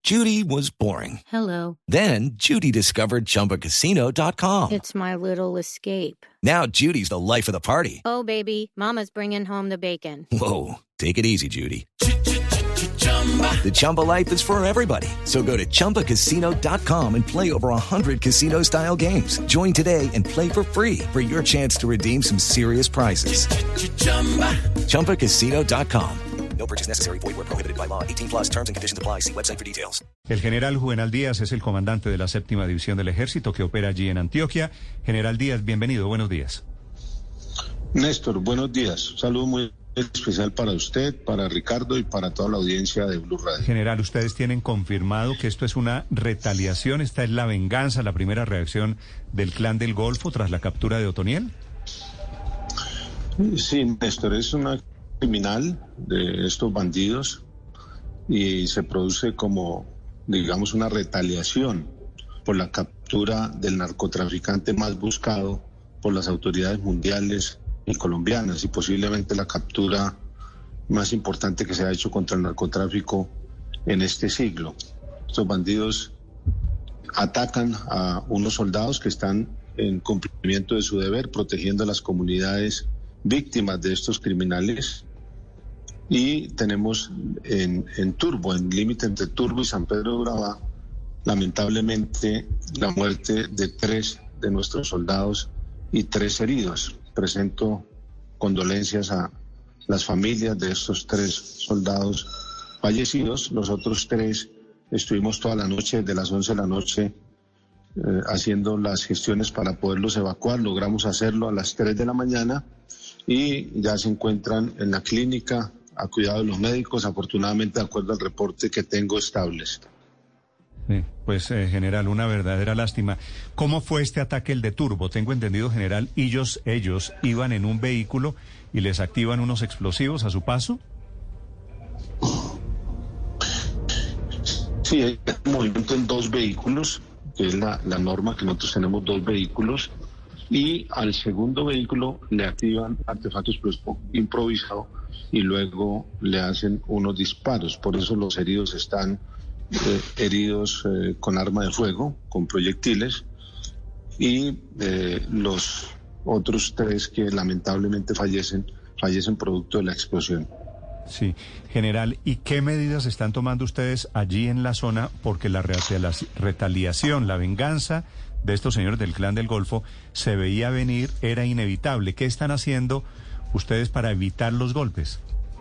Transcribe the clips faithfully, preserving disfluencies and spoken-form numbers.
Judy was boring. Hello. Then Judy discovered Chumba Casino dot com. It's my little escape. Now Judy's the life of the party. Oh, baby, mama's bringing home the bacon. Whoa, take it easy, Judy. The Chumba life is for everybody. So go to Chumba Casino dot com and play over one hundred casino-style games. Join today and play for free for your chance to redeem some serious prizes. Chumba Casino dot com. No purchase necessary. Void where prohibited by law. eighteen plus terms and conditions apply. See website for details. El general Juvenal Díaz es el comandante de la séptima división del ejército que opera allí en Antioquia. General Díaz, bienvenido. Buenos días. Néstor, buenos días. Un saludo muy especial para usted, para Ricardo y para toda la audiencia de Blue Radio. General, ¿ustedes tienen confirmado que esto es una retaliación? ¿Esta es la venganza, la primera reacción del Clan del Golfo tras la captura de Otoniel? Sí, Néstor, es una criminal de estos bandidos y se produce como, digamos, una retaliación por la captura del narcotraficante más buscado por las autoridades mundiales y colombianas y posiblemente la captura más importante que se ha hecho contra el narcotráfico en este siglo. Estos bandidos atacan a unos soldados que están en cumplimiento de su deber, protegiendo a las comunidades víctimas de estos criminales. Y tenemos en, en Turbo, en límite entre Turbo y San Pedro de Urabá, lamentablemente la muerte de tres de nuestros soldados y tres heridos. Presento condolencias a las familias de estos tres soldados fallecidos. Los otros tres estuvimos toda la noche, de las once de la noche, eh, haciendo las gestiones para poderlos evacuar. Logramos hacerlo a las tres de la mañana y ya se encuentran en la clínica a cuidado de los médicos, afortunadamente de acuerdo al reporte que tengo estables. Sí, pues, eh, general, una verdadera lástima. ¿Cómo fue este ataque, el de Turbo? Tengo entendido, general, ellos, ellos iban en un vehículo y les activan unos explosivos a su paso. Sí, hay movimiento en dos vehículos, que es la, la norma que nosotros tenemos dos vehículos, y al segundo vehículo le activan artefacto explosivo improvisado y luego le hacen unos disparos. Por eso los heridos están eh, heridos eh, con arma de fuego, con proyectiles, y eh, los otros tres que lamentablemente fallecen, fallecen producto de la explosión. Sí, general, ¿y qué medidas están tomando ustedes allí en la zona? Porque la retaliación, la venganza de estos señores del Clan del Golfo se veía venir, era inevitable. ¿Qué están haciendo ustedes para evitar los golpes?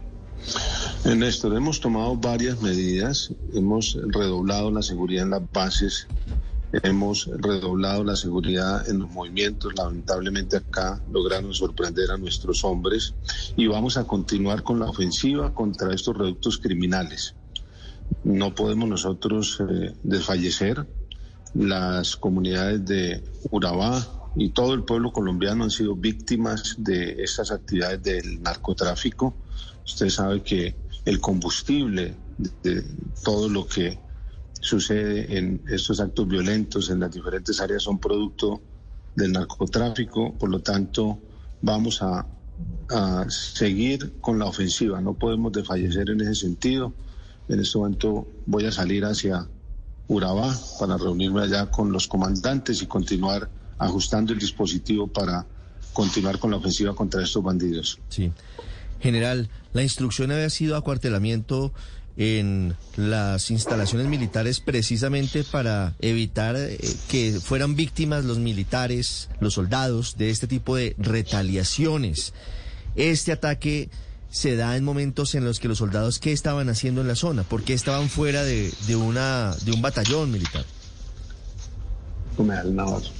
Néstor, hemos tomado varias medidas, hemos redoblado la seguridad en las bases, hemos redoblado la seguridad en los movimientos. Lamentablemente acá lograron sorprender a nuestros hombres y vamos a continuar con la ofensiva contra estos reductos criminales. No podemos nosotros eh, desfallecer. Las comunidades de Urabá y todo el pueblo colombiano han sido víctimas de estas actividades del narcotráfico. Usted sabe que el combustible de todo lo que sucede en estos actos violentos en las diferentes áreas son producto del narcotráfico. Por lo tanto, vamos a, a seguir con la ofensiva. No podemos desfallecer en ese sentido. En este momento voy a salir hacia Urabá para reunirme allá con los comandantes y continuar ajustando el dispositivo para continuar con la ofensiva contra estos bandidos. Sí. General, la instrucción había sido acuartelamiento en las instalaciones militares precisamente para evitar eh, que fueran víctimas los militares, los soldados, de este tipo de retaliaciones. Este ataque se da en momentos en los que los soldados, ¿qué estaban haciendo en la zona? ¿Por qué estaban fuera de, de, una, de un batallón militar? Me da el navazo.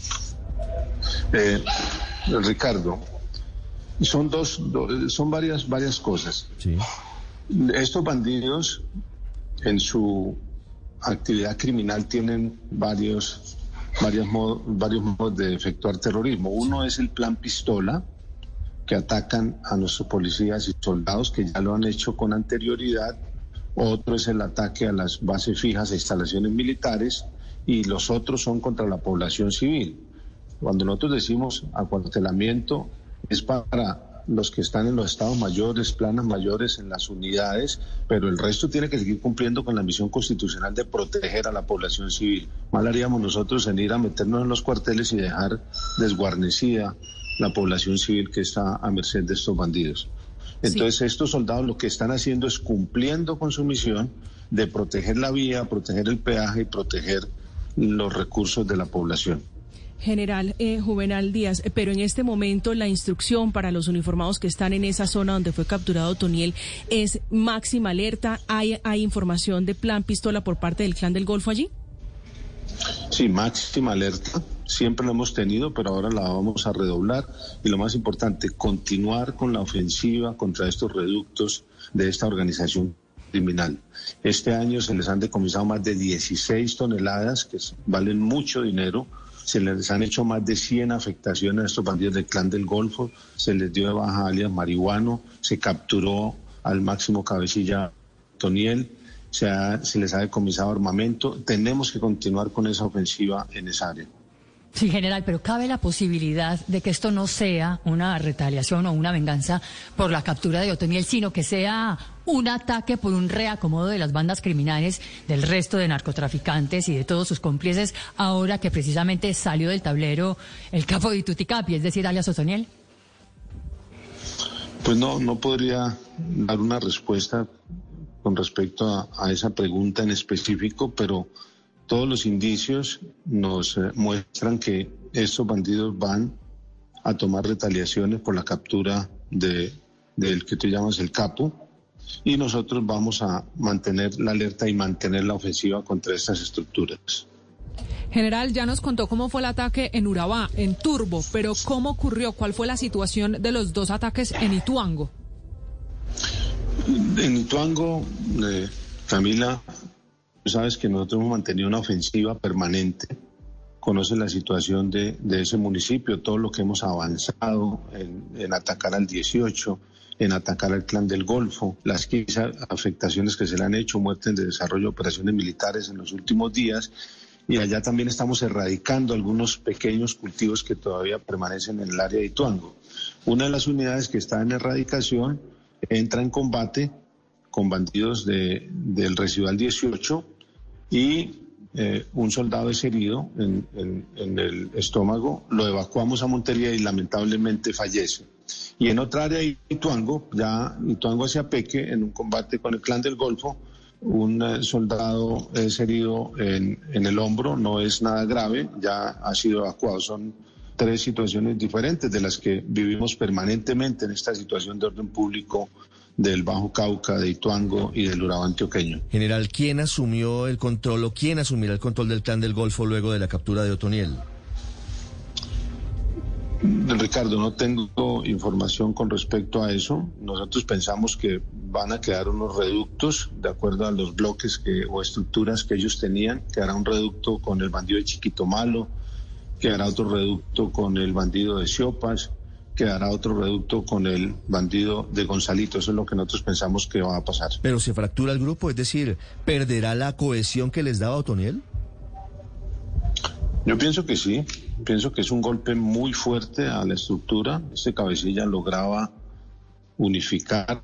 Eh, Ricardo, son dos, dos, son varias, varias cosas. Sí. Estos bandidos en su actividad criminal tienen varios, varios, modos, varios modos de efectuar terrorismo. Uno es el plan pistola, que atacan a nuestros policías y soldados, que ya lo han hecho con anterioridad. Otro es el ataque a las bases fijas e instalaciones militares, y los otros son contra la población civil. Cuando nosotros decimos acuartelamiento, es para los que están en los estados mayores, planas mayores, en las unidades, pero el resto tiene que seguir cumpliendo con la misión constitucional de proteger a la población civil. Mal haríamos nosotros en ir a meternos en los cuarteles y dejar desguarnecida la población civil que está a merced de estos bandidos. Entonces, sí. Estos soldados lo que están haciendo es cumpliendo con su misión de proteger la vía, proteger el peaje y proteger los recursos de la población. General eh, Juvenal Díaz, pero en este momento la instrucción para los uniformados que están en esa zona donde fue capturado Otoniel es máxima alerta. ¿Hay, hay información de plan pistola por parte del Clan del Golfo allí? Sí, máxima alerta. Siempre lo hemos tenido, pero ahora la vamos a redoblar. Y lo más importante, continuar con la ofensiva contra estos reductos de esta organización criminal. Este año se les han decomisado más de dieciséis toneladas, que valen mucho dinero. Se les han hecho más de cien afectaciones a estos bandidos del Clan del Golfo. Se les dio de baja alias marihuano. Se capturó al máximo cabecilla Otoniel. Se, ha, se les ha decomisado armamento. Tenemos que continuar con esa ofensiva en esa área. Sí, general, pero cabe la posibilidad de que esto no sea una retaliación o una venganza por la captura de Otoniel, sino que sea un ataque por un reacomodo de las bandas criminales, del resto de narcotraficantes y de todos sus cómplices, ahora que precisamente salió del tablero el capo de Tuticapi, es decir, alias Otoniel. Pues no, no podría dar una respuesta con respecto a, a esa pregunta en específico, pero todos los indicios nos eh, muestran que estos bandidos van a tomar retaliaciones por la captura de del que tú llamas el capo, y nosotros vamos a mantener la alerta y mantener la ofensiva contra estas estructuras. General, ya nos contó cómo fue el ataque en Urabá, en Turbo, pero ¿cómo ocurrió? ¿Cuál fue la situación de los dos ataques en Ituango? En Ituango, eh, Camila, tú sabes que nosotros hemos mantenido una ofensiva permanente. Conoces la situación de, de ese municipio, todo lo que hemos avanzado en, en atacar al dieciocho, en atacar al Clan del Golfo, las quince afectaciones que se le han hecho, muertes de desarrollo de operaciones militares en los últimos días, y allá también estamos erradicando algunos pequeños cultivos que todavía permanecen en el área de Ituango. Una de las unidades que está en erradicación entra en combate con bandidos de, del residual dieciocho, y eh, un soldado es herido en, en, en el estómago, lo evacuamos a Montería y lamentablemente fallece. Y en otra área de Ituango, ya Ituango hacia Peque, en un combate con el Clan del Golfo, un eh, soldado es herido en, en el hombro, no es nada grave, ya ha sido evacuado. Son tres situaciones diferentes de las que vivimos permanentemente en esta situación de orden público del Bajo Cauca, de Ituango y del Urabá antioqueño. General, ¿quién asumió el control o quién asumirá el control del Clan del Golfo luego de la captura de Otoniel? Ricardo, no tengo información con respecto a eso. Nosotros pensamos que van a quedar unos reductos de acuerdo a los bloques que, o estructuras que ellos tenían. Quedará un reducto con el bandido de Chiquito Malo, quedará otro reducto con el bandido de Siopas, quedará otro reducto con el bandido de Gonzalito. Eso es lo que nosotros pensamos que va a pasar. Pero se fractura el grupo, es decir, ¿perderá la cohesión que les daba Otoniel? Yo pienso que sí, pienso que es un golpe muy fuerte a la estructura. Este cabecilla lograba unificar,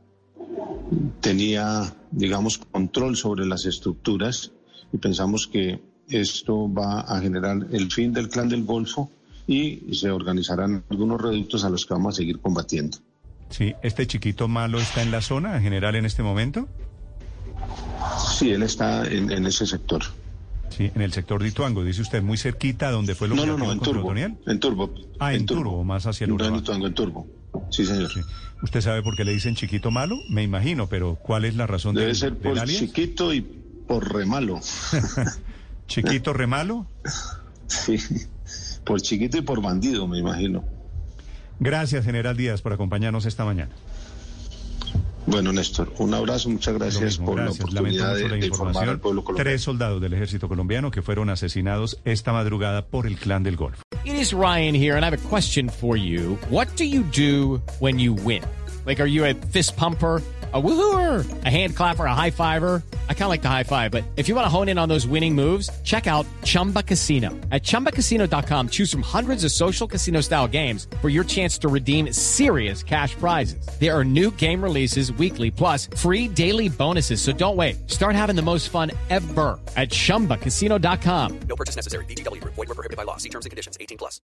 tenía, digamos, control sobre las estructuras, y pensamos que esto va a generar el fin del Clan del Golfo y se organizarán algunos reductos a los que vamos a seguir combatiendo. Sí, ¿este Chiquito Malo está en la zona, general, en este momento? Sí, él está en, en ese sector. Sí, en el sector de Ituango, dice usted, muy cerquita donde fue lo que No, no, no, en Turbo, en Turbo. Ah, en, en Turbo, Turbo, más hacia el Urabá. Urabá. No, en Ituango, en Turbo. Sí, señor. Sí. ¿Usted sabe por qué le dicen Chiquito Malo? Me imagino, pero ¿cuál es la razón de Debe ser por alias? chiquito y por remalo. ¿Chiquito remalo? Sí, por chiquito y por bandido, me imagino. Gracias, general Díaz, por acompañarnos esta mañana. Bueno, Néstor, un abrazo, muchas gracias mismo, por gracias. la oportunidad de, de informar al pueblo colombiano. Tres soldados del ejército colombiano que fueron asesinados esta madrugada por el Clan del Golfo. It is Ryan here, and I have a question for you. What do you do when you win? Like, are you a fist pumper? A woohooer, a hand clapper, a high fiver. I kind of like the high five, but if you want to hone in on those winning moves, check out Chumba Casino. At chumba casino dot com, choose from hundreds of social casino style games for your chance to redeem serious cash prizes. There are new game releases weekly, plus free daily bonuses. So don't wait. Start having the most fun ever at chumba casino dot com. No purchase necessary. V G W Group. Void where prohibited by law. See terms and conditions. eighteen plus.